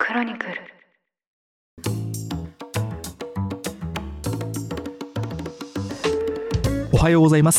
クロニクル。 おはようございます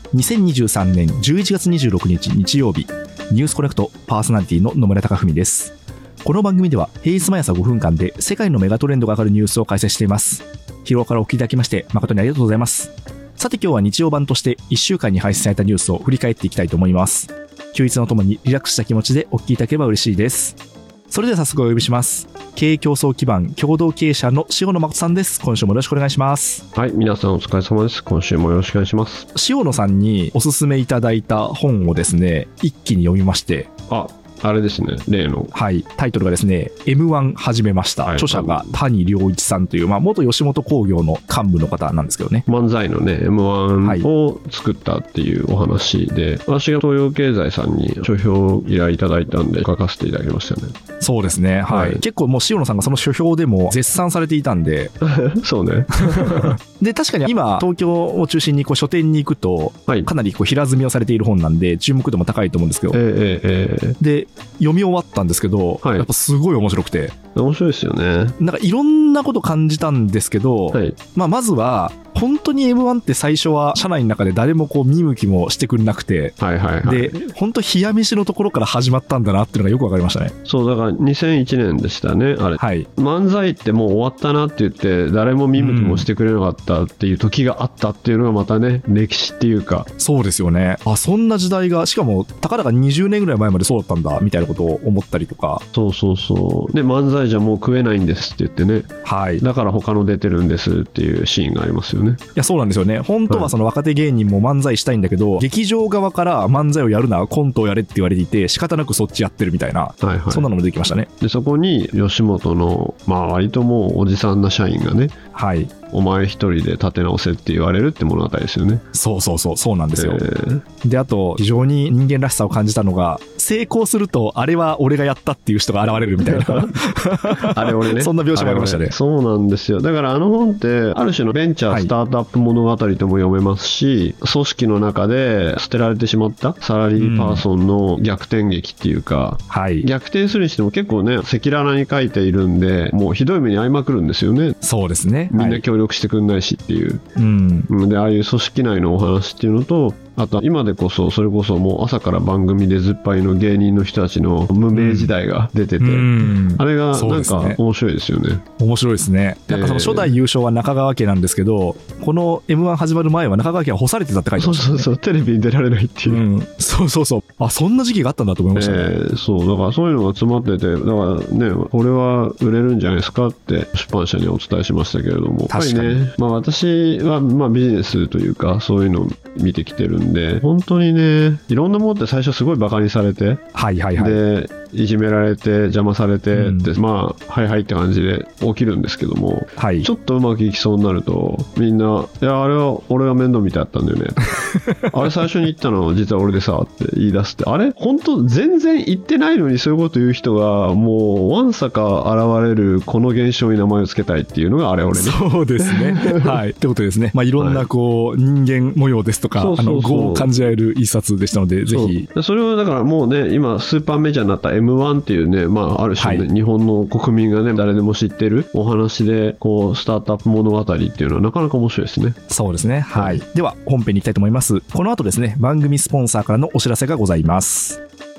。2023年11月26日日曜日、ニュースコネクトパーソナリティの野村貴文です。この番組では平日毎朝5分間で世界のメガトレンドが上がるニュースを解説しています。日頃からお聞きいただきまして誠にありがとうございます。さて今日は日曜版として1週間に配信されたニュースを振り返っていきたいと思います。休日のともにリラックスした気持ちでお聞きいただければ嬉しいです。それでは早速お呼びします。経営競争基盤共同経営者の塩野誠さんです。今週もよろしくお願いします。 はい、皆さんお疲れ様です。今週もよろしくお願いします。 塩野さんにおすすめいただいた本をですね、一気に読みまして、 あれですね、例の、 はい、タイトルがですね M1 始めました、著者が谷良一さんという、元吉本興業の幹部の方なんですけどね、 漫才のね M1 を作ったっていうお話で、私が東洋経済さんに書評依頼いただいたんで書かせていただきましたね。 そうですね、はい、結構もう塩野さんがその書評でも絶賛されていたんでそうねで確かに今東京を中心にこう書店に行くと、かなりこう平積みをされている本なんで注目度も高いと思うんですけど、で読み終わったんですけど、やっぱすごい面白くて、 面白いですよね。 なんかいろんなこと感じたんですけど、まずは本当に M1 って最初は社内の中で誰もこう見向きもしてくれなくて、で本当冷や飯のところから始まったんだなっていうのがよく分かりましたね。 そうだから2001年でしたねあれ、漫才ってもう終わったなって言って誰も見向きもしてくれなかったっていう時があったっていうのがまたね、歴史っていうか。 そうですよね。そんな時代がしかもたかだか20年ぐらい前までそうだったんだみたいなことを思ったりとか。 そうで漫才じゃもう食えないんですって言ってね、だから他の出てるんですっていうシーンがありますよね。 いやそうなんですよね。本当はその若手芸人も漫才したいんだけど、劇場側から漫才をやるなコントをやれって言われていて仕方なくそっちやってるみたいな、そんなのも出てきましたね。 でそこに吉本の割ともうおじさんな社員がね、お前一人で立て直せって言われるって物語ですよね。 そうなんですよ。であと非常に人間らしさを感じたのが、成功するとあれは俺がやったっていう人が現れるみたいなあれ俺ね、 そんな描写もありましたね。 そうなんですよ。だから本ってある種のベンチャースタートアップ物語とも読めますし、組織の中で捨てられてしまったサラリーパーソンの逆転劇っていうか、逆転するにしても結構ね赤裸々に書いているんで、もうひどい目に遭いまくるんですよね。 そうですね。 みんな協力してくんないしっていう、でああいう組織内のお話っていうのと、あと今でこそそれこそもう朝から番組でずっぱいの芸人の人たちの無名時代が出てて、あれがなんか面白いですよね。 面白いですね。なんかその初代優勝は中川家なんですけど、この M1 始まる前は中川家は干されてたって書いてましたね。 そうテレビに出られないっていう、 そんな時期があったんだと思いましたね。 そうだからそういうのが詰まってて、だからねこれは売れるんじゃないですかって出版社にお伝えしましたけれども、やっぱりね、私はビジネスというかそういうのを見てきてるんで、本当にねいろんなものって最初すごいバカにされて、でいじめられて邪魔されてって、はいって感じで起きるんですけども、ちょっとうまくいきそうになるとみんな、いやあれは俺が面倒見てやったんだよねあれ最初に言ったの実は俺でさって言い出すって、あれ本当全然言ってないのにそういうこと言う人がもうわんさか現れるこの現象に名前をつけたいっていうのがあれ俺ね。 そうですねってことですね。いろんなこう、人間模様ですとか業を感じられる一冊でしたので、ぜひそれをだからもうね今スーパーメジャーになった M1 っていうね、ある種ね、日本の国民がね誰でも知ってるお話で、こうスタートアップ物語っていうのはなかなか面白いですね。 そうですね。では本編に行きたいと思います。この後ですね、番組スポンサーからのお知らせがございます。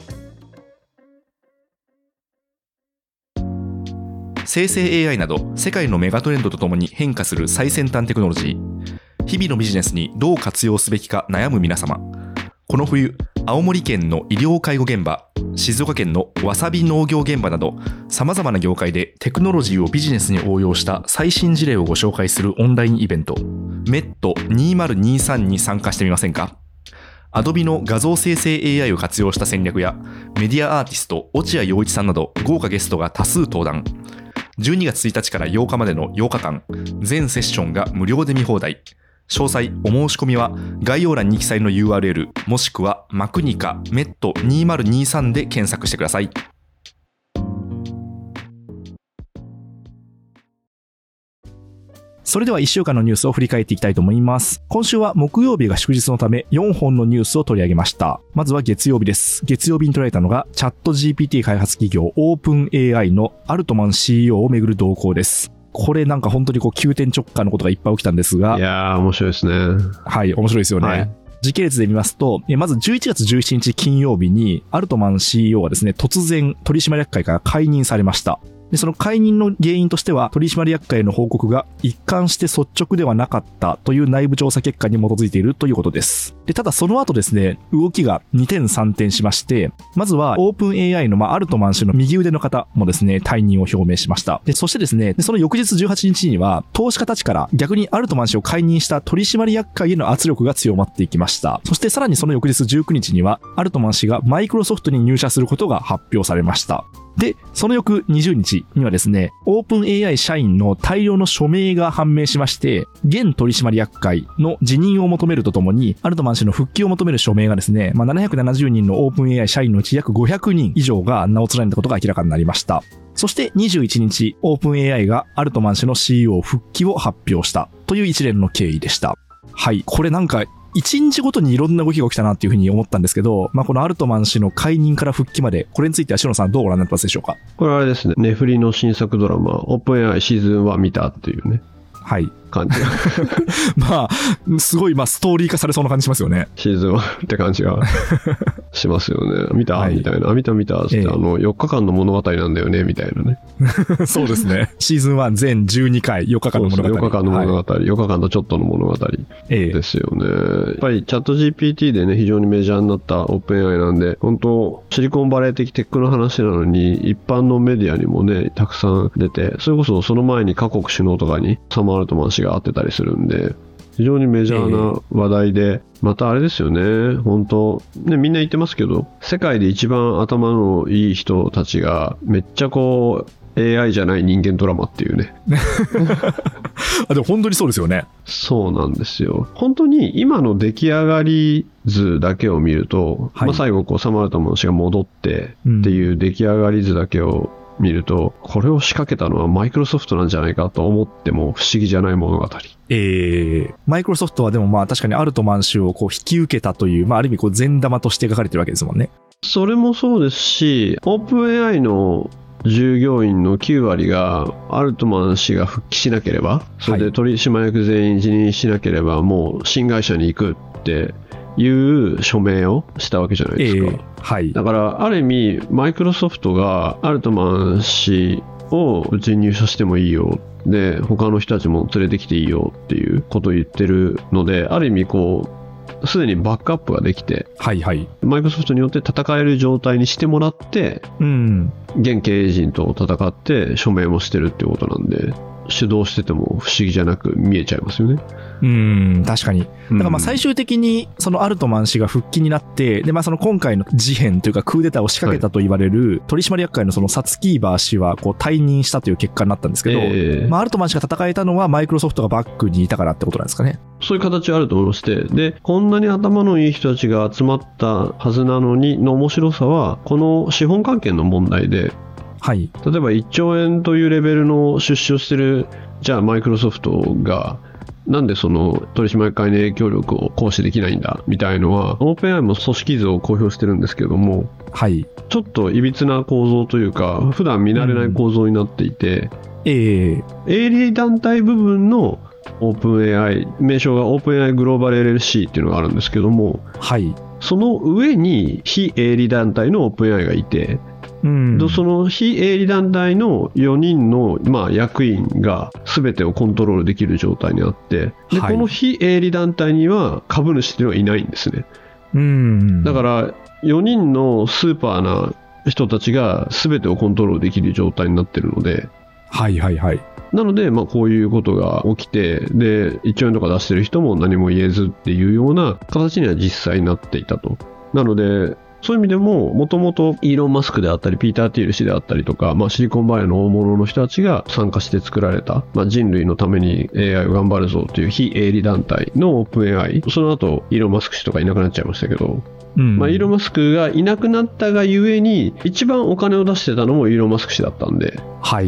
生成 AI など世界のメガトレンドとともに変化する最先端テクノロジー、日々のビジネスにどう活用すべきか悩む皆様、この冬青森県の医療介護現場、静岡県のわさび農業現場など様々な業界でテクノロジーをビジネスに応用した最新事例をご紹介するオンラインイベント MET2023 に参加してみませんか。Adobe の画像生成 AI を活用した戦略やメディアアーティスト落合陽一さんなど豪華ゲストが多数登壇。12月1日から8日までの8日間、全セッションが無料で見放題。詳細お申し込みは概要欄に記載の URL もしくはマクニカ MET2023 で検索してください。 それでは1週間のニュースを振り返っていきたいと思います。今週は木曜日が祝日のため4本のニュースを取り上げました。まずは月曜日です。月曜日に取られたのがチャット GPT 開発企業 OpenAI のアルトマン CEO をめぐる動向です。これなんか本当に急転直下のことがいっぱい起きたんですが。 いやー面白いですね。 はい、面白いですよね。はい、時系列で見ますと、まず11月17日金曜日にアルトマン CEO はですね、突然取締役会から解任されました。で、その解任の原因としては、取締役会の報告が一貫して率直ではなかったという内部調査結果に基づいているということです。で、ただその後ですね、動きが2転3転しまして、まずは OpenAI のアルトマン氏の右腕の方もですね、退任を表明しました。で、そしてですね、その翌日18日には、投資家たちから逆にアルトマン氏を解任した取締役会への圧力が強まっていきました。そしてさらにその翌日19日には、アルトマン氏がマイクロソフトに入社することが発表されました。で、その翌20日にはですね、オープン AI 社員の大量の署名が判明しまして、現取締役会の辞任を求めるとともに、アルトマン氏の復帰を求める署名がですね、770人のオープン AI 社員のうち約500人以上が名を連ねたことが明らかになりました。そして21日、オープン AI がアルトマン氏の CEO 復帰を発表したという一連の経緯でした。はい、これなんか、1日ごとにいろんな動きが起きたなっていうふうに思ったんですけど、このアルトマン氏の解任から復帰まで、これについては篠野さんどうご覧になってますでしょうか？ これあれですね、ネフリの新作ドラマ、オープン AI シーズン1見たっていうね。 はい。 感じすごい、ストーリー化されそうな感じしますよね。 シーズン1って感じがしますよね。見た、はい、みたいな。見たって、4日間の物語なんだよね、みたいなね。 そうですね。シーズン1全12回、4日間の物語。 4日間の物語、4日間とちょっとの物語ですよね。やっぱりチャット GPT でね、非常にメジャーになったオープン AI なんで、本当シリコンバレー的テックの話なのに、一般のメディアにもね、たくさん出て、それこそその前に各国首脳とかにサム・アルトマン氏が会ってたりするんで、非常にメジャーな話題で、またあれですよね、本当ね、みんな言ってますけど、世界で一番頭のいい人たちがめっちゃAI じゃない人間ドラマっていうねでも本当にそうですよね。 そうなんですよ。本当に今の出来上がり図だけを見ると、はい、最後サム・アルトマン氏が戻ってっていう出来上がり図だけを見ると、これを仕掛けたのはマイクロソフトなんじゃないかと思っても不思議じゃない物語。 マイクロソフトはでも確かにアルトマン氏を引き受けたという、ある意味善玉として描かれてるわけですもんね。 それもそうですし、オープン AI の従業員の9割がアルトマン氏が復帰しなければ、それで取締役全員辞任しなければ、もう新会社に行くっていう署名をしたわけじゃないですか。 はい、 だからある意味マイクロソフトがアルトマン氏をうちに入社してもいいよ、で他の人たちも連れてきていいよっていうことを言ってるので、ある意味すでにバックアップができて、 はいはい、 マイクロソフトによって戦える状態にしてもらって、現経営陣と戦って署名もしてるってことなんで、主導してても不思議じゃなく見えちゃいますよね。 確かに。だから最終的にそのアルトマン氏が復帰になって、でその今回の事変というかクーデターを仕掛けたと言われる取締役会のそのサツキーバー氏は退任したという結果になったんですけど、アルトマン氏が戦えたのはマイクロソフトがバックにいたからってことなんですかね。 そういう形はあると思いまして、でこんなに頭のいい人たちが集まったはずなのにの面白さは、この資本関係の問題で、 はい、 例えば1兆円というレベルの出資をしてるじゃあマイクロソフトがなんでその取締役会の影響力を行使できないんだみたいのは、オープン AI も組織図を公表してるんですけども、 はい、 ちょっといびつな構造というか普段見慣れない構造になっていて、営利団体部分のオープン AI、 名称がオープン AI グローバル LLC っていうのがあるんですけども、 はい、 その上に非営利団体のオープン AI がいて、その非営利団体の4人の、役員が全てをコントロールできる状態にあって、で、この非営利団体には株主っていうのはいないんですね。だから4人のスーパーな人たちが全てをコントロールできる状態になってるので、なので、こういうことが起きて、で1兆円とか出してる人も何も言えずっていうような形には実際になっていたと。なのでそういう意味でも、もともとイーロン・マスクであったり、ピーター・ティール氏であったりとか、シリコンバレーの大物の人たちが参加して作られた、人類のために AI を頑張るぞという非営利団体のオープン AI、その後、イーロン・マスク氏とかいなくなっちゃいましたけど、イーロン・マスクがいなくなったがゆえに、一番お金を出してたのもイーロン・マスク氏だったんで、 はい。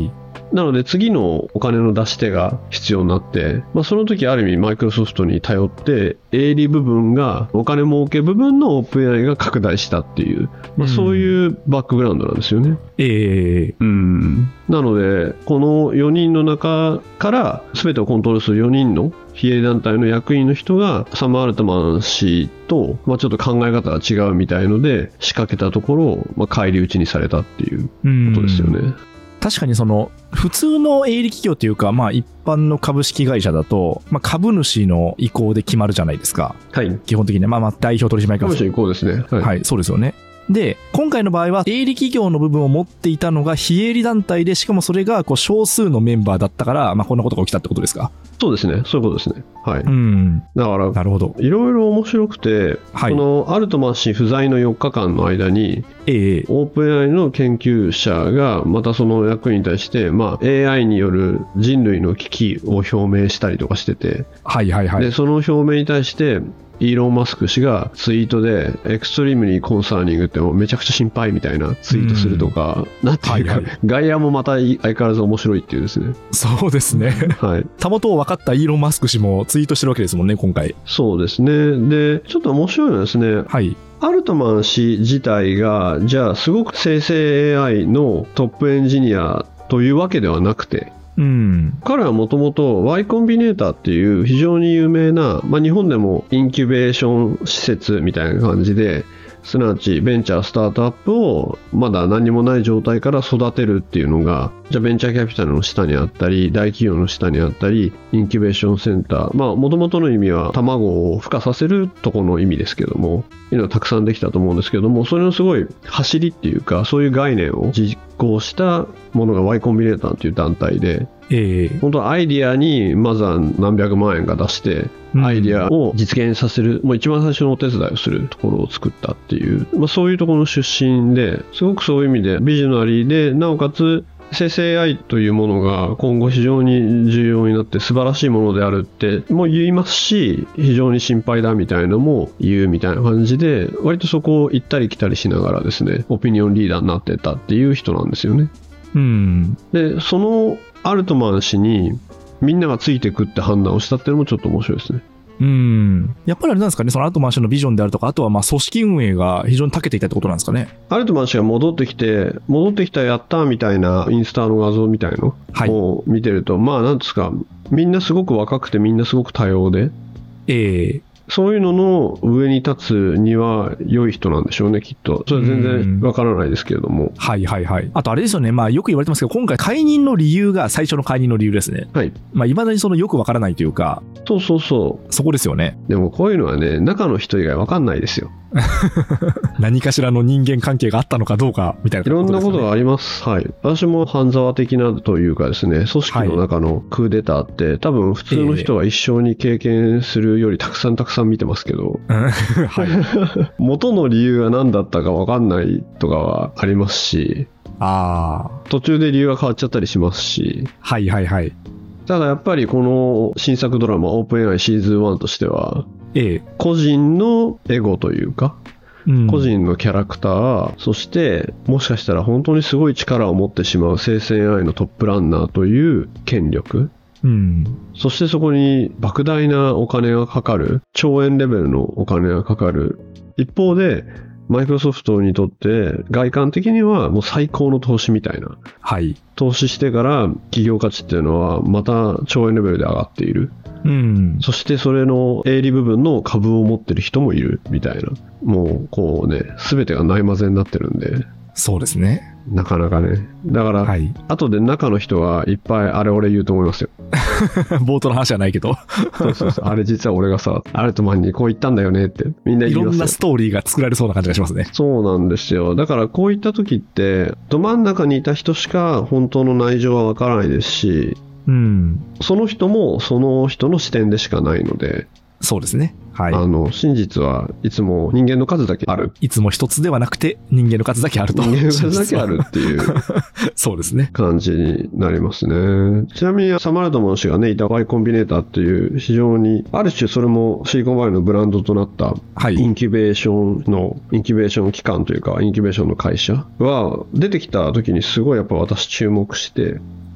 なので次のお金の出し手が必要になって、その時ある意味マイクロソフトに頼って営利部分がお金儲け部分のオープン AI が拡大したっていう、そういうバックグラウンドなんですよね。なのでこの4人の中から全てをコントロールする4人の非営利団体の役員の人がサム・アルトマン氏と、ちょっと考え方が違うみたいので仕掛けたところ、返り討ちにされたっていうことですよね。 確かにその普通の営利企業というか、一般の株式会社だと、株主の意向で決まるじゃないですか。 はい。 基本的に代表取締役株主の意向ですね。 はい、そうですよね。で、今回の場合は営利企業の部分を持っていたのが非営利団体で、しかもそれが少数のメンバーだったから、こんなことが起きたってことですか？ そうですね。そういうことですね。はい。だから、 なるほど。 いろいろ面白くて、 はい、 このアルトマン氏不在の4日間の間に、オープン AI の研究者がまたその役員に対して、AI による人類の危機を表明したりとかしてて、で、その表明に対して、イーロン・マスク氏がツイートでエクストリームにコンサーニングってもうめちゃくちゃ心配みたいなツイートするとか、なんていうか、外野もまた相変わらず面白いっていうですね。 そうですね。はい。たもとを分かったイーロン・マスク氏もツイートしてるわけですもんね、今回。 そうですね。で、ちょっと面白いのはですね。 はい。 アルトマン氏自体が、じゃあすごく生成 AI のトップエンジニアというわけではなくて、彼はもともと Y コンビネーターっていう非常に有名な、日本でもインキュベーション施設みたいな感じで、すなわちベンチャースタートアップをまだ何もない状態から育てるっていうのが、じゃあベンチャーキャピタルの下にあったり、大企業の下にあったり、インキュベーションセンター、もともとの意味は卵を孵化させるとこの意味ですけども、いうのはたくさんできたと思うんですけども、それのすごい走りっていうか、そういう概念を実行したものが Y コンビネーターという団体で、本当はアイディアにまずは何百万円が出して、アイディアを実現させる、もう一番最初のお手伝いをするところを作ったっていう、そういうところの出身で、すごくそういう意味でビジョナリーで、なおかつ生成 AI というものが今後非常に重要になって素晴らしいものであるっても言いますし、非常に心配だみたいなのも言うみたいな感じで、割とそこを行ったり来たりしながらですね、オピニオンリーダーになってたっていう人なんですよね。で、そのアルトマン氏にみんながついていくって判断をしたっていうのもちょっと面白いですね。 やっぱりあれなんですかね、そのアルトマン氏のビジョンであるとか、あとは組織運営が非常に長けていたってことなんですかね。 アルトマン氏が戻ってきたやったみたいなインスタの画像みたいのを見てると、なんですか、みんなすごく若くてみんなすごく多様で、そういうのの上に立つには良い人なんでしょうね、きっと。それは全然わからないですけれども。 あとあれですよね、よく言われてますけど、今回解任の理由が最初の解任の理由ですね。未だにそのよくわからないというか。そこですよね。 でもこういうのはね、中の人以外わかんないですよ。 何かしらの人間関係があったのかどうかみたいなことですかね。 いろんなことがあります。私も半沢的なというかですね、組織の中のクーデターって、多分普通の人は一生に経験するよりたくさん見てますけど、元の理由が何だったか分かんないとかはありますし、途中で理由が変わっちゃったりしますし、ただやっぱりこの新作ドラマオープン AI シーズン1としては、個人のエゴというか、個人のキャラクター、そしてもしかしたら本当にすごい力を持ってしまう生成 AI のトップランナーという権力、そしてそこに莫大なお金がかかる、兆円レベルのお金がかかる。一方でマイクロソフトにとって外観的にはもう最高の投資みたいな、投資してから企業価値っていうのはまた兆円レベルで上がっている、そしてそれの営利部分の株を持ってる人もいるみたいな、もうこうね、全てがないまぜになってるんで。 そうですね。 なかなかね。だから、後で中の人はいっぱいあれ俺言うと思いますよ。 冒頭の話じゃないけど。 あれ実は俺がさ、アルトマンにこう言ったんだよねってみんな言いますよ。 いろんなストーリーが作られそうな感じがしますね。 そうなんですよ。だからこういった時って、ど真ん中にいた人しか本当の内情はわからないですし、その人もその人の視点でしかないので。 そうですね。 真実はいつも人間の数だけある。 いつも一つではなくて人間の数だけあると。 人間の数だけあるっていうそうですね。 感じになりますね。ちなみにサム・アルトマン氏がね、いた Y コンビネーターっていう非常にある種それもシリコンバレーのブランドとなったインキュベーション機関というかインキュベーションの会社は出てきた時にすごいやっぱ私注目して、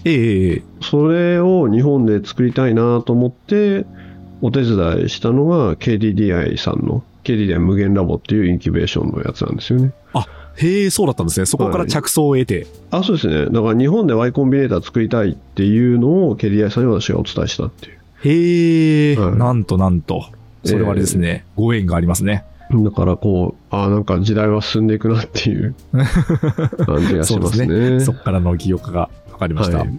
それを日本で作りたいなと思ってお手伝いしたのが KDDI さんの KDDI 無限ラボっていうインキュベーションのやつなんですよね。 あ、へえ、そうだったんですね。そこから着想を得て、 はい、そうですね。だから日本で Y コンビネーター作りたいっていうのを KDDI さんに私がお伝えしたっていう。 へえ、はい、なんとそれはあれですね、ご縁がありますね。 だからこう、なんか時代は進んでいくなっていう感じがしますね。そうですね。 そこからの起業家が分かりました。はい、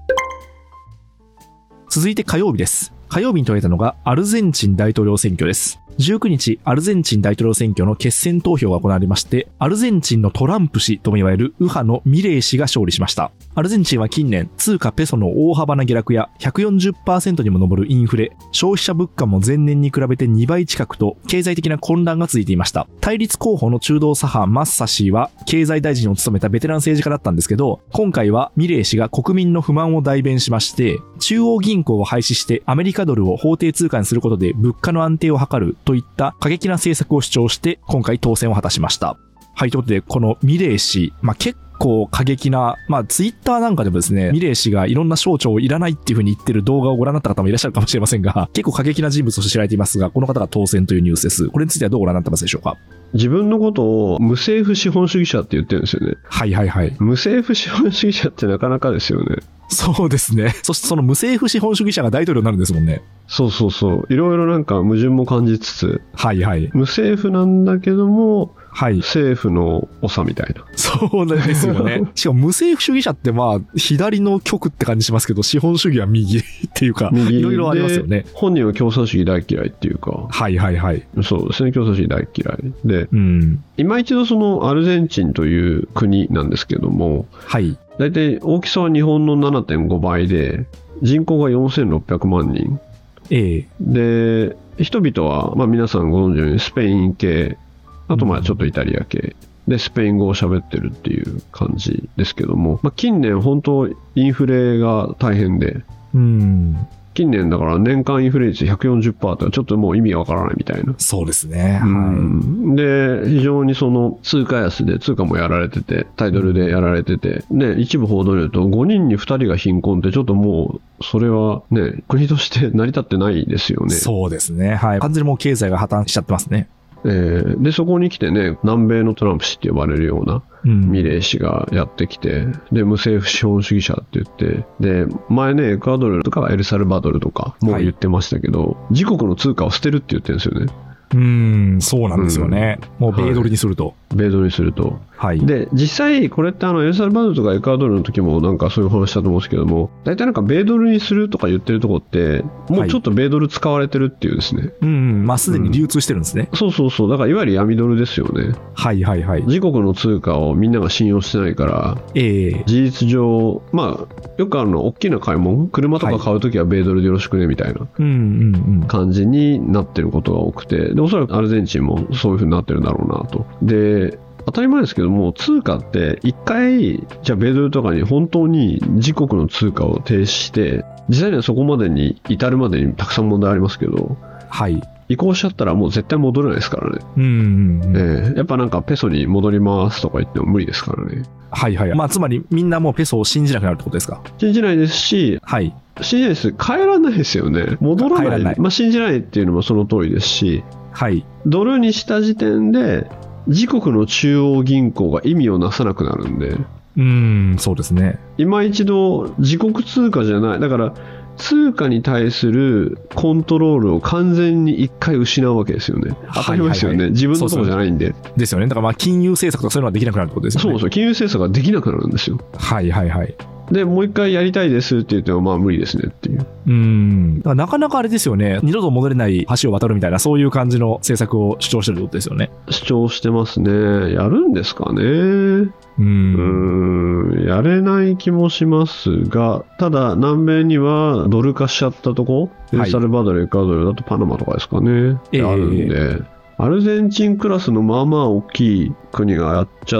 続いて火曜日です。火曜日に取れたのがアルゼンチン大統領選挙です。19日、アルゼンチン大統領選挙の決選投票が行われまして、アルゼンチンのトランプ氏ともいわれる右派のミレイ氏が勝利しました。アルゼンチンは近年、通貨ペソの大幅な下落や 140% にも上るインフレ、消費者物価も前年に比べて2倍近くと、経済的な混乱が続いていました。対立候補の中道左派マッサ氏は、経済大臣を務めたベテラン政治家だったんですけど、今回はミレイ氏が国民の不満を代弁しまして、中央銀行を廃止してアメリカドルを法定通貨にすることで物価の安定を図るといった過激な政策を主張して今回当選を果たしました。はい、ということでこのミレイ氏、結構過激な、ツイッターなんかでもですね、ミレイ氏がいろんな省庁をいらないっていう風に言ってる動画をご覧になった方もいらっしゃるかもしれませんが、結構過激な人物として知られていますが、この方が当選というニュースです。これについてはどうご覧になってますでしょうか？ 自分のことを無政府資本主義者って言ってるんですよね。 はいはいはい。 無政府資本主義者ってなかなかですよね。 そうですね。そしてその無政府資本主義者が大統領になるんですもんね。 そうそうそう。いろいろなんか矛盾も感じつつ、 はいはい。 無政府なんだけども、 はい、 政府の長みたいな。 そうなんですよね。しかも無政府主義者って左の極って感じしますけど、資本主義は右っていうか、いろいろありますよね。 本人は共産主義大嫌いっていうか。 はいはいはい。 そうですね、共産主義大嫌いで、今一度そのアルゼンチンという国なんですけども、 はい。 大体大きさは日本の 7.5 倍で、人口が4600万人。で、人々は、皆さんご存知のようにスペイン系、あとちょっとイタリア系でスペイン語を喋ってるっていう感じですけども、近年本当インフレが大変で、近年だから年間インフレ率 140% とはちょっともう意味がわからないみたいな。 そうですね。 で、非常にその通貨安で通貨もやられてて、タイドルでやられてて、一部報道によると5人に2人が貧困ってちょっともうそれはね、国として成り立ってないですよね。 そうですね。はい。完全にもう経済が破綻しちゃってますね。 でそこに来てね、南米のトランプ氏って呼ばれるようなミレイ氏がやってきて、で無政府資本主義者って言って、で前ね、エクアドルとかエルサルバドルとかも言ってましたけど、自国の通貨を捨てるって言ってるんですよね。 そうなんですよね。もう米ドルにすると。 米ドルにすると。 はい。 で、実際これってエルサルバドルとかエクアドルの時もなんかそういう話したと思うんですけども、大体なんか米ドルにするとか言ってるとこって、もうちょっと米ドル使われてるっていうですね。 すでに流通してるんですね。 そうそうそう。だからいわゆる闇ドルですよね。 はいはいはい。 自国の通貨をみんなが信用してないから、事実上、よくあるの大きな買い物、車とか買うときは米ドルでよろしくねみたいな感じになってることが多くて、でおそらくアルゼンチンもそういう風になってるんだろうなと。で当たり前ですけども、通貨って一回じゃあ米ドルとかに本当に自国の通貨を停止して、実際にはそこまでに至るまでにたくさん問題ありますけど、 はい、 移行しちゃったらもう絶対戻れないですからね。やっぱなんかペソに戻りますとか言っても無理ですからね。 はいはい。つまりみんなもうペソを信じなくなるってことですか？ 信じないですし、 はい、 信じないです。変えられないですよね。戻らない。信じないっていうのもその通りですし、 はい、 ドルにした時点で自国の中央銀行が意味をなさなくなるんで、 そうですね。 今一度自国通貨じゃない、だから通貨に対するコントロールを完全に一回失うわけですよね。当たり前ですよね。自分のところじゃないんで。 ですよね。だから金融政策とかそういうのはできなくなるってことですよね。 そうそう、金融政策ができなくなるんですよ。 はいはいはい。 でもう一回やりたいですって言っても無理ですねっていう。 だからなかなかあれですよね。二度と戻れない橋を渡るみたいな、そういう感じの政策を主張してるってことですよね。 主張してますね。やるんですかね。やれない気もしますが、ただ南米にはドル化しちゃったとこ、エルサルバドル、エクアドルだとパナマとかですかね、あるんで、アルゼンチンクラスの大きい国がやっちゃう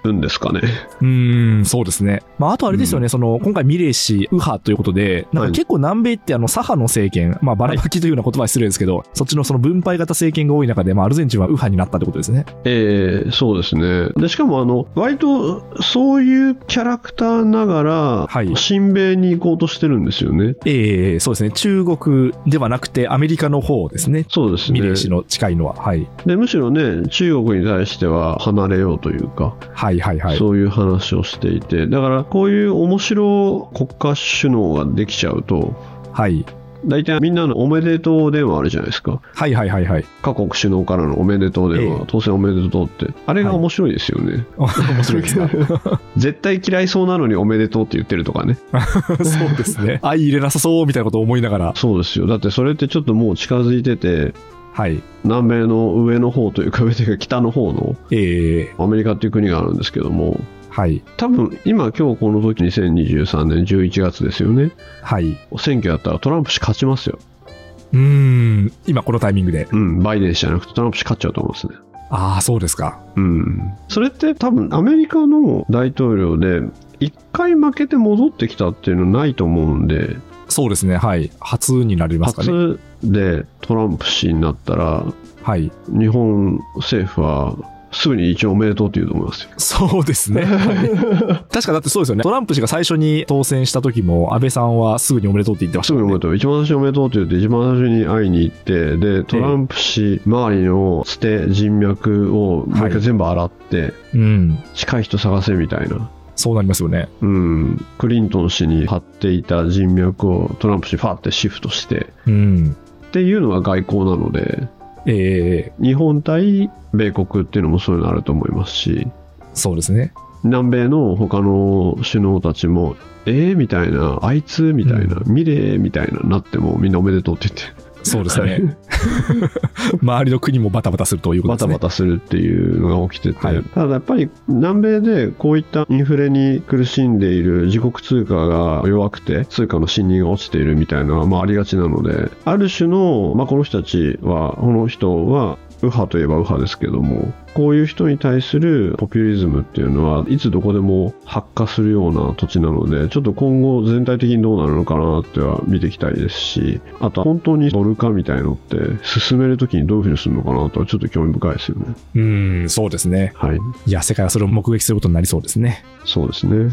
るんですかね。 そうですね。あとあれですよね、今回ミレー氏右派ということで、なんか結構南米って左派の政権、バラマキというような言葉は失礼ですけど、そっちのその分配型政権が多い中で、アルゼンチンは右派になったってことですね。 そうですね。でしかも割とそういうキャラクターながら、親米に行こうとしてるんですよね。 そうですね。中国ではなくてアメリカの方ですね。 そうですね。 ミレー氏の近いのは。 でむしろね、中国に対しては離れようというか、そういう話をしていて、だからこういう面白国家首脳ができちゃうと、大体みんなのおめでとう電話あるじゃないですか。各国首脳からのおめでとう電話、当選おめでとうって、あれが面白いですよね。 面白いですか。 絶対嫌いそうなのにおめでとうって言ってるとかね。 そうですね。相入れなさそうみたいなことを思いながら。 そうですよ。だってそれってちょっともう近づいてて、南米の上の方というか、上というか北の方の、アメリカっていう国があるんですけども、多分今この時2023年11月ですよね。選挙やったらトランプ氏勝ちますよ。 今このタイミングで。 バイデン氏じゃなくてトランプ氏勝っちゃうと思うんですね。 そうですか。 それって多分アメリカの大統領で1回負けて戻ってきたっていうのないと思うんで。 そうですね。初になりますかね。 初でトランプ氏になったら、日本政府はすぐに一応おめでとうって言うと思いますよ。 そうですね。確かだってそうですよね。トランプ氏が最初に当選した時も安倍さんはすぐにおめでとうって言ってましたね。 すぐにおめでとう。一番最初におめでとうって言って一番最初に会いに行って、でトランプ氏周りのつて人脈をもう一回全部洗って、近い人探せみたいな。 そうなりますよね。 クリントン氏に張っていた人脈をトランプ氏ファーってシフトして、っていうのが外交なので、日本対米国っていうのもそういうのあると思いますし、 そうですね。 南米の他の首脳たちもみたいな、あいつみたいな、ミレーみたいななってもみんなおめでとうって言って。 そうですね。周りの国もバタバタするということですね。 バタバタするっていうのが起きてて、ただやっぱり南米でこういったインフレに苦しんでいる、自国通貨が弱くて通貨の信任が落ちているみたいなのはありがちなので、ある種の、この人たちは、この人は右派といえば右派ですけども、こういう人に対するポピュリズムっていうのはいつどこでも発火するような土地なので、ちょっと今後全体的にどうなるのかなっては見ていきたいですし、あとは本当にドル化みたいのって進めるときにどういうふうにするのかなとはちょっと興味深いですよね。 そうですね。いや、世界はそれを目撃することになりそうですね。 そうですね。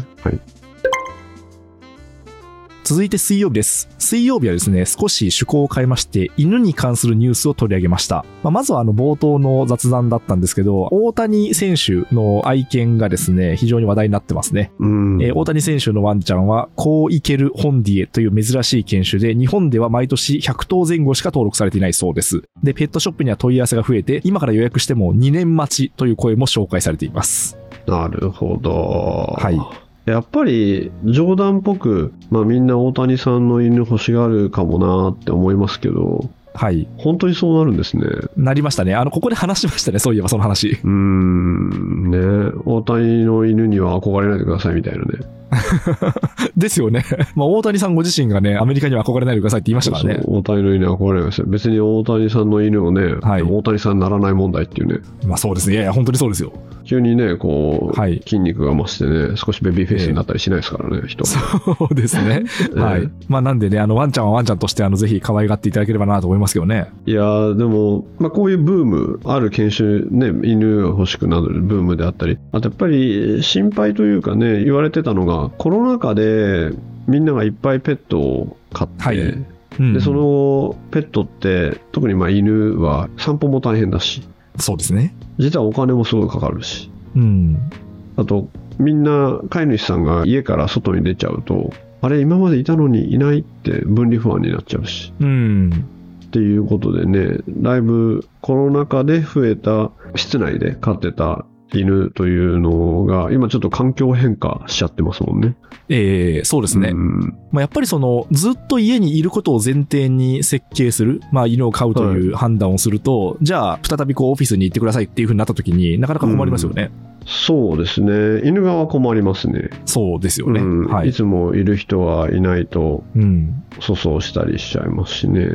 続いて水曜日です。水曜日はですね、少し趣向を変えまして、犬に関するニュースを取り上げました。まずは冒頭の雑談だったんですけど、大谷選手の愛犬がですね、非常に話題になってますね。大谷選手のワンちゃんは、コーイケル・ホンディエという珍しい犬種で、日本では毎年100頭前後しか登録されていないそうです。で、ペットショップには問い合わせが増えて、今から予約しても2年待ちという声も紹介されています。 なるほど。やっぱり冗談っぽく、みんな大谷さんの犬欲しがるかもなって思いますけど、本当にそうなるんですね。 なりましたね。ここで話しましたね。そういえばその話。 大谷の犬には憧れないでくださいみたいなね。 ですよね。大谷さんご自身がね、アメリカには憧れないでくださいって言いましたからね。 大谷の犬は憧れないですよ。別に大谷さんの犬をね、大谷さんにならない問題っていうね。 そうですね。いや本当にそうですよ。 急にね、筋肉が増してね、少しベビーフェイスになったりしないですからね、人。 そうですね。なんでね、ワンちゃんはワンちゃんとしてぜひ可愛がっていただければなと思いますけどね。 いやでも、こういうブーム、ある犬種ね、犬が欲しくなるブームであったり、あとやっぱり心配というかね、言われてたのが、コロナ禍でみんながいっぱいペットを飼って、でそのペットって特に犬は散歩も大変だし、 そうですね。 実はお金もすごいかかるし、あとみんな飼い主さんが家から外に出ちゃうと、あれ今までいたのにいないって分離不安になっちゃうし、っていうことでね、だいぶコロナ禍で増えた室内で飼ってた犬というのが今ちょっと環境変化しちゃってますもんね。 そうですね。やっぱりずっと家にいることを前提に設計する、犬を飼うという判断をすると、じゃあ再びオフィスに行ってくださいっていう風になった時になかなか困りますよね。 そうですね。犬側は困りますね。 そうですよね。 いつもいる人はいないと粗相したりしちゃいますしね。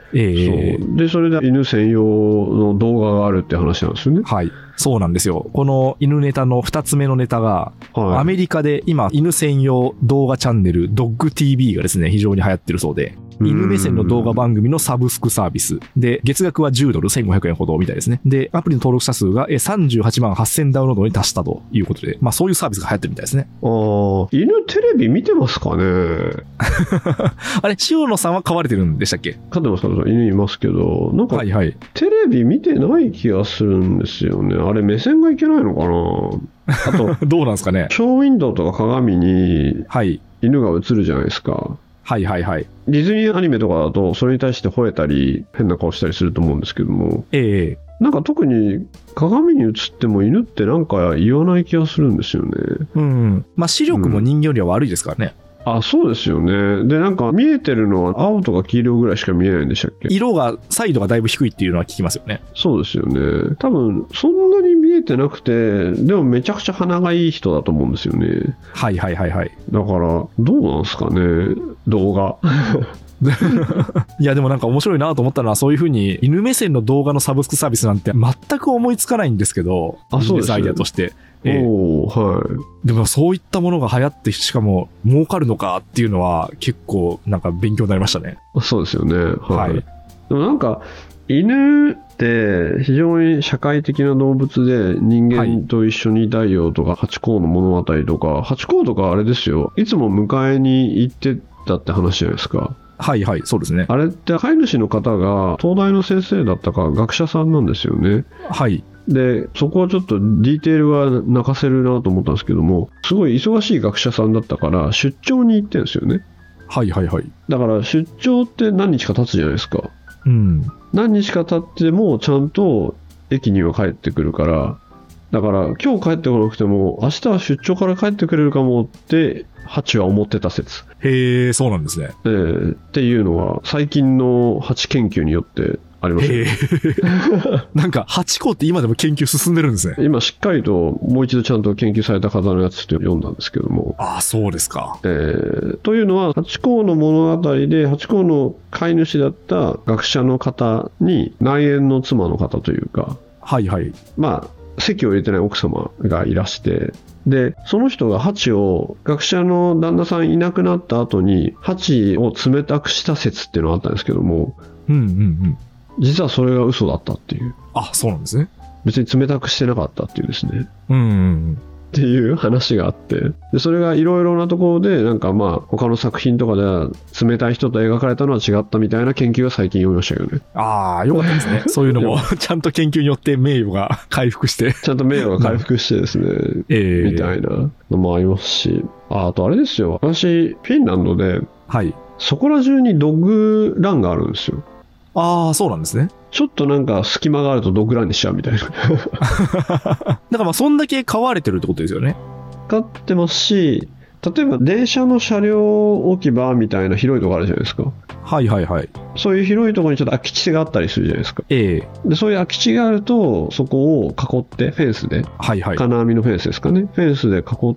そうでそれで犬専用の動画があるって話なんですよね。 はい。そうなんですよ。この犬ネタの2つ目のネタが、アメリカで今犬専用動画チャンネルドッグ TV がですね、非常に流行ってるそうで、犬目線の動画番組のサブスクサービスで、月額は$10、1500円ほどみたいですね。で、アプリの登録者数が38万8000ダウンロードに達したということで、まあそういうサービスが流行ってるみたいですね。 犬テレビ見てますかねあれ、塩野さんは飼われてるんでしたっけ？ 飼ってますから、犬いますけど、なんか、 はいはい、 テレビ見てない気がするんですよね。あれ、目線がいけないのかなあと、 どうなんですかね。 ショーウィンドウとか鏡に、犬が映るじゃないですか。 はいはいはい。 ディズニーアニメとかだと、それに対して吠えたり、変な顔したりすると思うんですけども、なんか特に鏡に映っても犬ってなんか言わない気がするんですよね。 まあ視力も人間よりは悪いですからね。 そうですよね。で、なんか見えてるのは青とか黄色ぐらいしか見えないんでしたっけ？ 色が、サイドがだいぶ低いっていうのは聞きますよね。 そうですよね。多分、そんなに見えてなくて、でもめちゃくちゃ鼻がいい人だと思うんですよね。 はいはいはいはい。 だから、どうなんですかね、動画。 いやでもなんか面白いなと思ったのは、そういう風に犬目線の動画のサブスクサービスなんて全く思いつかないんですけど、ビジネスアイデアとして。でもそういったものが流行って、しかも儲かるのかっていうのは結構なんか勉強になりましたね。 そうですよね。はい。でもなんか犬って非常に社会的な動物で、人間と一緒にいたいよとか、ハチ公の物語とか、ハチ公とかあれですよ、いつも迎えに行ってたって話じゃないですか。 はいはい、そうですね。 あれって飼い主の方が東大の先生だったか学者さんなんですよね。 はい。 で、そこはちょっとディテールは泣かせるなと思ったんですけども、すごい忙しい学者さんだったから出張に行ってるんですよね。はいはいはい。だから出張って何日か経つじゃないですか。何日か経ってもちゃんと駅には帰ってくるから、だから今日帰ってこなくても明日は出張から帰ってくれるかもってハチは思ってた説。 へえ、そうなんですね。 っていうのは最近のハチ研究によってありますね。 なんかハチ公って今でも研究進んでるんですね。 今しっかりともう一度ちゃんと研究された方のやつって読んだんですけども。 そうですか。 というのはハチ公の物語で、ハチ公の飼い主だった学者の方に内縁の妻の方というか、まあ籍を入れてない奥様がいらして、でその人がハチを、学者の旦那さんいなくなった後にハチを冷たくした説っていうのがあったんですけども、実はそれが嘘だったっていう。 そうなんですね。 別に冷たくしてなかったっていうですね。っていう話があって、でそれがいろいろなところでなんかまあ他の作品とかでは冷たい人と描かれたのは違ったみたいな研究が最近読みましたよね。 よかったですね。そういうのもちゃんと研究によって名誉が回復してちゃんと名誉が回復してですね、みたいなのもありますし、あとあれですよ、私フィンランドで、そこら中にドッグランがあるんですよ。 そうなんですね。 ちょっとなんか隙間があるとドッグランにしちゃうみたいな。だからまあそんだけ飼われてるってことですよね。 飼ってますし、例えば電車の車両置き場みたいな広いとこあるじゃないですか。そういう広いところにちょっと空き地があったりするじゃないですか。でそういう空き地があると、そこを囲ってフェンスで、金網のフェンスですかね、フェンスで囲って、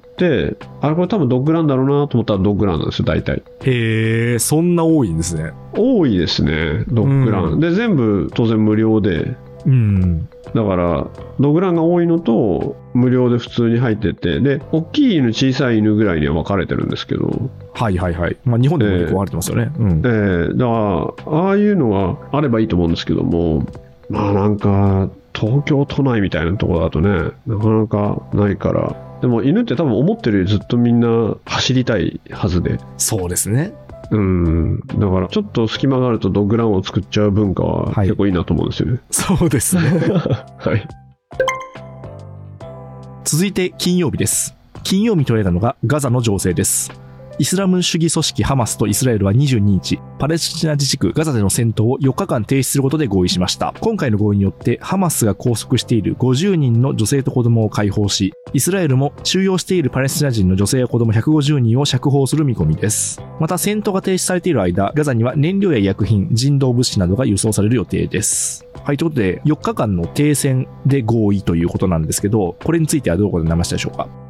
これ多分ドッグランだろうなと思ったらドッグランなんですよ、大体。 そんな多いんですね。 多いですね、ドッグラン。で全部当然無料で、だからドッグランが多いのと無料で普通に入ってて、で大きい犬小さい犬ぐらいには分かれてるんですけど、 まあ日本でも分かれてますよね。 だからああいうのがあればいいと思うんですけども、まあなんか東京都内みたいなところだとね、なかなかないから。でも犬って多分思ってるよりずっとみんな走りたいはずで。 そうですね。 だからちょっと隙間があるとドッグランを作っちゃう文化は結構いいなと思うんですよね。 そうですね。続いて金曜日です。金曜日取れたのがガザの情勢です。イスラム主義組織ハマスとイスラエルは22日、パレスチナ自治区ガザでの戦闘を4日間停止することで合意しました。今回の合意によってハマスが拘束している50人の女性と子供を解放し、イスラエルも収容しているパレスチナ人の女性や子供150人を釈放する見込みです。また戦闘が停止されている間、ガザには燃料や医薬品、人道物資などが輸送される予定です。ということで4日間の停戦で合意ということなんですけど、これについてはどうご覧になりましたでしょうか。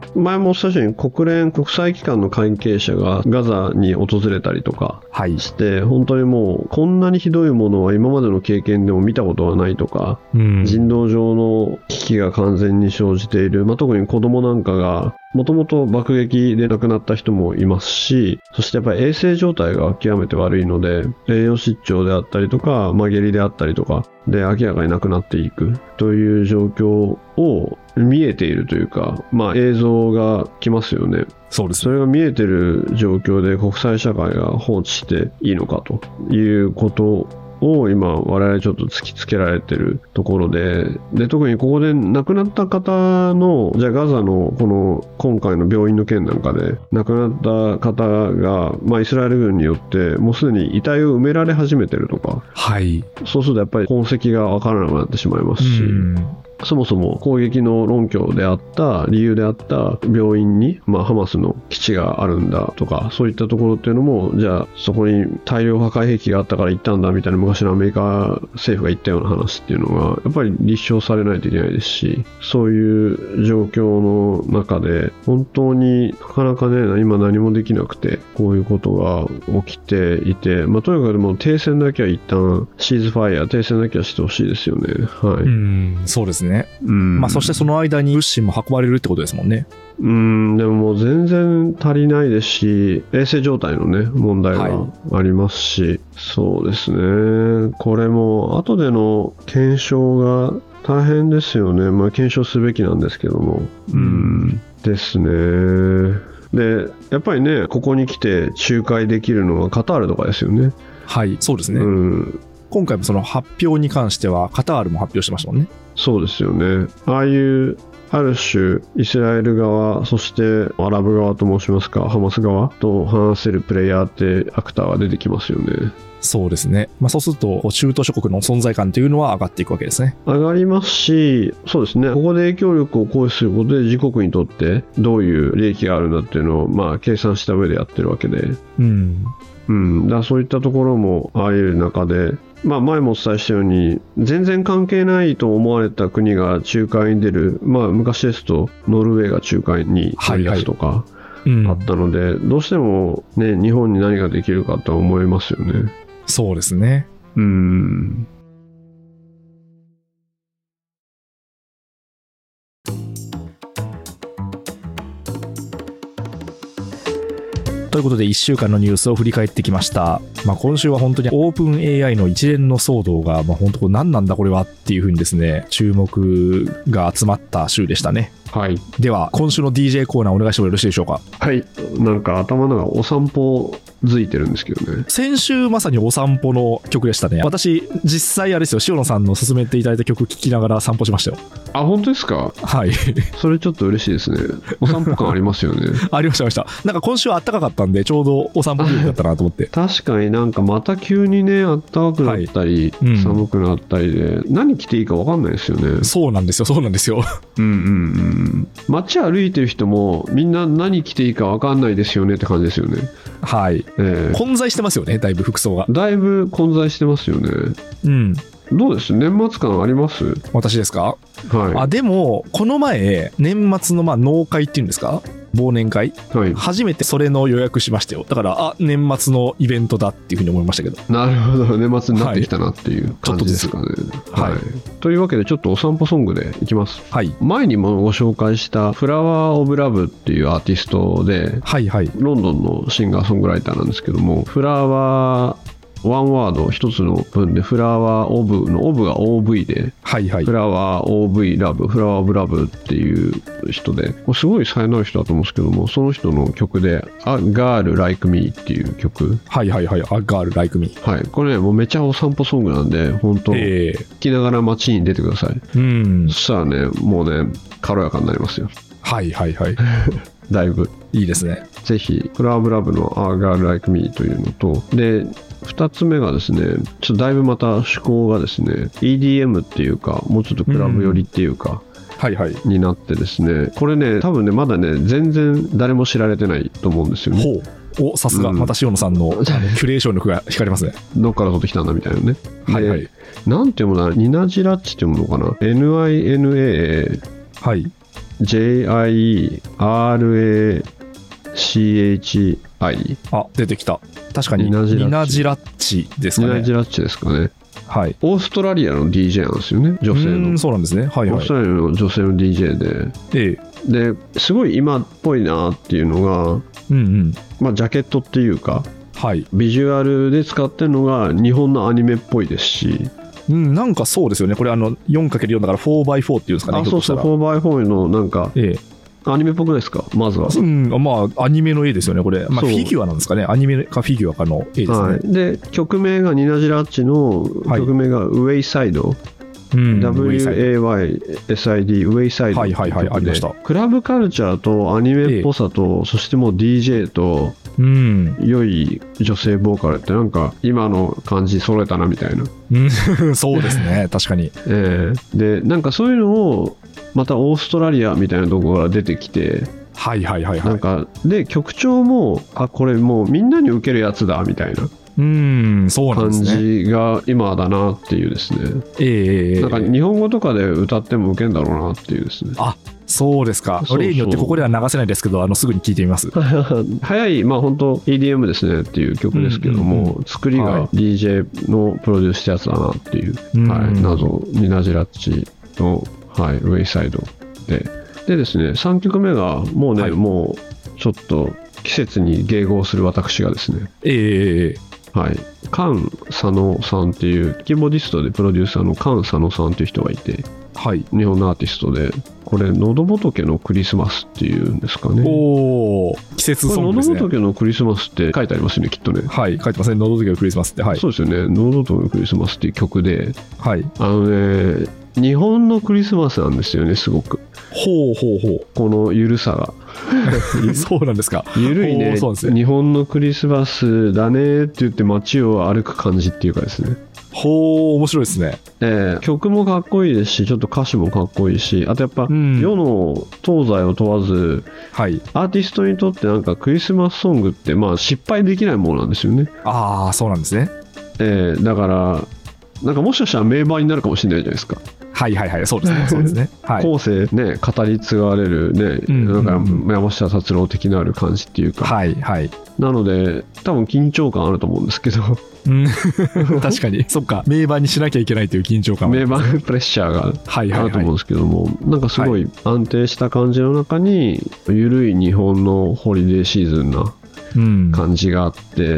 前もおっしゃったように国連国際機関の関係者がガザに訪れたりとかして、本当にもうこんなにひどいものは今までの経験でも見たことはないとか、人道上の危機が完全に生じている、特に子供なんかがもともと爆撃で亡くなった人もいますし、そしてやっぱり衛生状態が極めて悪いので、栄養失調であったりとか、下痢であったりとかで明らかになくなっていくという状況を見えているというか、映像が来ますよね。 そうです。 それが見えてる状況で国際社会が放置していいのかということを今我々ちょっと突きつけられてるところで、特にここで亡くなった方の、じゃあガザのこの今回の病院の件なんかで亡くなった方が、イスラエル軍によってもうすでに遺体を埋められ始めてるとか、そうするとやっぱり痕跡が分からなくなってしまいますし、そもそも攻撃の論拠であった理由であった病院に、ハマスの基地があるんだとか、そういったところっていうのも、じゃあそこに大量破壊兵器があったから行ったんだみたいな昔のアメリカ政府が言ったような話っていうのがやっぱり立証されないといけないですし、そういう状況の中で本当になかなかね、今何もできなくてこういうことが起きていて、とにかくでも停戦だけは一旦シーズファイヤー、停戦だけはしてほしいですよね。 そうですね。そしてその間に物資も運ばれるってことですもんね。 でももう全然足りないですし、衛生状態のね問題がありますし、そうですね、これも後での検証が大変ですよね。検証すべきなんですけども、ですね。でやっぱりね、ここに来て仲介できるのはカタールとかですよね。 そうですね。今回もその発表に関してはカタールも発表してましたもんね。 そうですよね。ああいうある種イスラエル側、そしてアラブ側と申しますか、ハマス側と話せるプレイヤーってアクターが出てきますよね。 そうですね。そうすると中東諸国の存在感というのは上がっていくわけですね。 上がりますし、そうですね、ここで影響力を行使することで自国にとってどういう利益があるんだっていうのを計算した上でやってるわけで、だからそういったところもあり得る中で、前もお伝えしたように全然関係ないと思われた国が仲介に出る、昔ですとノルウェーが仲介に出るやつとかあったので、どうしても、ね、日本に何ができるかと思いますよね。 そうですね。ということで1週間のニュースを振り返ってきました。今週は本当にオープン AI の一連の騒動が、本当何なんだこれはっていう風にですね、注目が集まった週でしたね。では今週の DJ コーナーお願いしてもよろしいでしょうか。 なんか頭の中お散歩づいてるんですけどね。 先週まさにお散歩の曲でしたね。私実際あれですよ、塩野さんの勧めていただいた曲聴きながら散歩しましたよ。 本当ですか。それちょっと嬉しいですね。お散歩感ありますよね。 ありました。なんか今週は暖かかったんでちょうどお散歩日和だったなと思って確かになんかまた急にね、暖かくなったり、寒くなったりで何着ていいか分かんないですよね。 そうなんですよ。 街歩いてる人もみんな何着ていいか分かんないですよねって感じですよね。 混在してますよね。だいぶ服装がだいぶ混在してますよね。どうです？年末感あります？ 私ですか？でもこの前年末の納会っていうんですか、忘年会、初めてそれの予約しましたよ。だから年末のイベントだっていうふうに思いましたけど。 なるほど、年末になってきたなっていう感じですかね。というわけでちょっとお散歩ソングでいきます。前にもご紹介したフラワーオブラブっていうアーティストで、ロンドンのシンガーソングライターなんですけども、フラワーワンワード一つの文でフラワーオブのオブが OV で、フラワー OV ラブ、フラワーオブラブっていう人で、これすごい才能ある人だと思うんですけども、その人の曲で A Girl Like Me っていう曲。A Girl Like Me。 これね、もうめちゃお散歩ソングなんで、本当聴きながら街に出てください。そしたらね、もうね、軽やかになりますよ。だいぶいいですね。 ぜひフラワーオブラブの A Girl Like Me というのと、で2つ目がですね、ちょっとだいぶまた趣向がですね EDM っていうか、もうちょっとクラブ寄りっていうか、になってですね、これね多分ねまだね全然誰も知られてないと思うんですよね。 さすが、また塩野さんのキュレーション力が光りますね。 どっから取ってきたんだみたいなね。なんていうのかな、ニナジラッチっていうのかな、NINA JIRACHI。 あ、出てきた。確かにニナジラッチですかね。 ニナジラッチですかね。 はい。 オーストラリアの DJ なんですよね、女性の。 そうなんですね。はいはい。 オーストラリアの女性の DJ で、ですごい今っぽいなっていうのが、まあ、ジャケットっていうか、はい、ビジュアルで使ってるのが日本のアニメっぽいですし、 なんかそうですよね。これ4×4 だから 4x4 っていうんですかね。 あ、そうそう、4x4 のなんか、アニメっぽくないですか、まずは。 まあアニメの絵ですよねこれ。まあ、フィギュアなんですかね。アニメかフィギュアかの絵ですね。 はい、で曲名がニナジラッチの曲名がウェイサイド、WAYSID ウェイサイドっていう曲で、クラブカルチャーとアニメっぽさと、そしてもう DJ と良い女性ボーカルってなんか今の感じ揃えたなみたいな。 そうですね確かに。 でなんかそういうのをまたオーストラリアみたいなところが出てきて、なんかで曲調もこれもうみんなに受けるやつだみたいな感じが今だなっていうですね。なんか日本語とかで歌っても受けんだろうなっていうですね。 あ、そうですか。例によってここでは流せないですけど、すぐに聞いてみます。 早い、まあ本当 EDM ですねっていう曲ですけども、作りが DJ のプロデュースしたやつだなっていう、謎ニナジラッチの、ウェイサイドでですね、3曲目がもうね、もうちょっと季節に迎合する私がですね、菅佐野さんっていうキーボーディストでプロデューサーの菅佐野さんっていう人がいて、日本のアーティストで、これ喉仏のクリスマスっていうんですかね。 季節ソングですね。 喉仏のクリスマスって書いてありますよね、きっとね。 書いてますね、喉仏のクリスマスって。 そうですよね、喉仏のクリスマスっていう曲で、日本のクリスマスなんですよね、すごく。このゆるさが。 そうなんですか。 ゆるいね、日本のクリスマスだねって言って街を歩く感じっていうかですね。 面白いですね。 曲もかっこいいですし、ちょっと歌詞もかっこいいし、あとやっぱ、世の東西を問わず、アーティストにとってなんかクリスマスソングってまあ失敗できないものなんですよね。 そうなんですね。 だからなんかもしかしたら名盤になるかもしれないじゃないですか。 そうですね。 後世ね、語り継がれるね、なんか山下達郎的なある感じっていうか、なので多分緊張感あると思うんですけど、 確かにそっか、名盤にしなきゃいけないという緊張感、 名盤プレッシャーがあると思うんですけども、なんかすごい安定した感じの中に緩い日本のホリデーシーズンな感じがあって、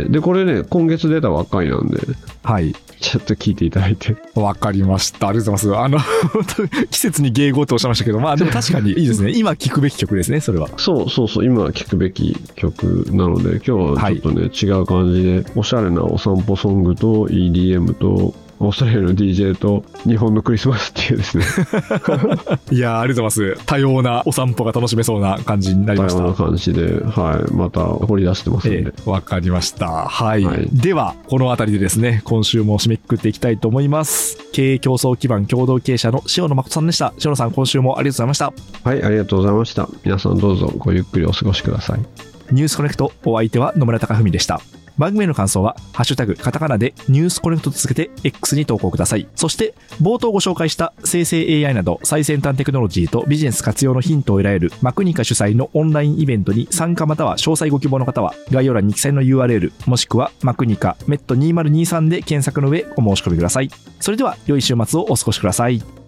でこれね今月出たばっかりなんで、ちょっと聞いていただいて。 わかりました。ありがとうございます。季節に迎合とおっしゃいましたけど、まあでも確かにいいですね。今聴くべき曲ですね、それは。 そう、今聴くべき曲なので、今日はちょっとね、違う感じで、おしゃれなお散歩ソングと EDM と、オーストラリアの DJ と日本のクリスマスっていうですね。 いやー、ありがとうございます。多様なお散歩が楽しめそうな感じになりました。 多様な感じで、また掘り出してますので。 わかりました。では、このあたりでですね、今週も締めくくっていきたいと思います。経営競争基盤共同経営者の塩野誠さんでした。塩野さん、今週もありがとうございました。 ありがとうございました。皆さんどうぞごゆっくりお過ごしください。 ニュースコネクト、お相手は野村貴文でした。番組への感想はハッシュタグカタカナでニュースコネクトとつけて X に投稿ください。そして冒頭ご紹介した生成 AI など最先端テクノロジーとビジネス活用のヒントを得られるマクニカ主催のオンラインイベントに参加または詳細ご希望の方は概要欄に記載の URL もしくはマクニカメット2023で検索の上お申し込みください。それでは良い週末をお過ごしください。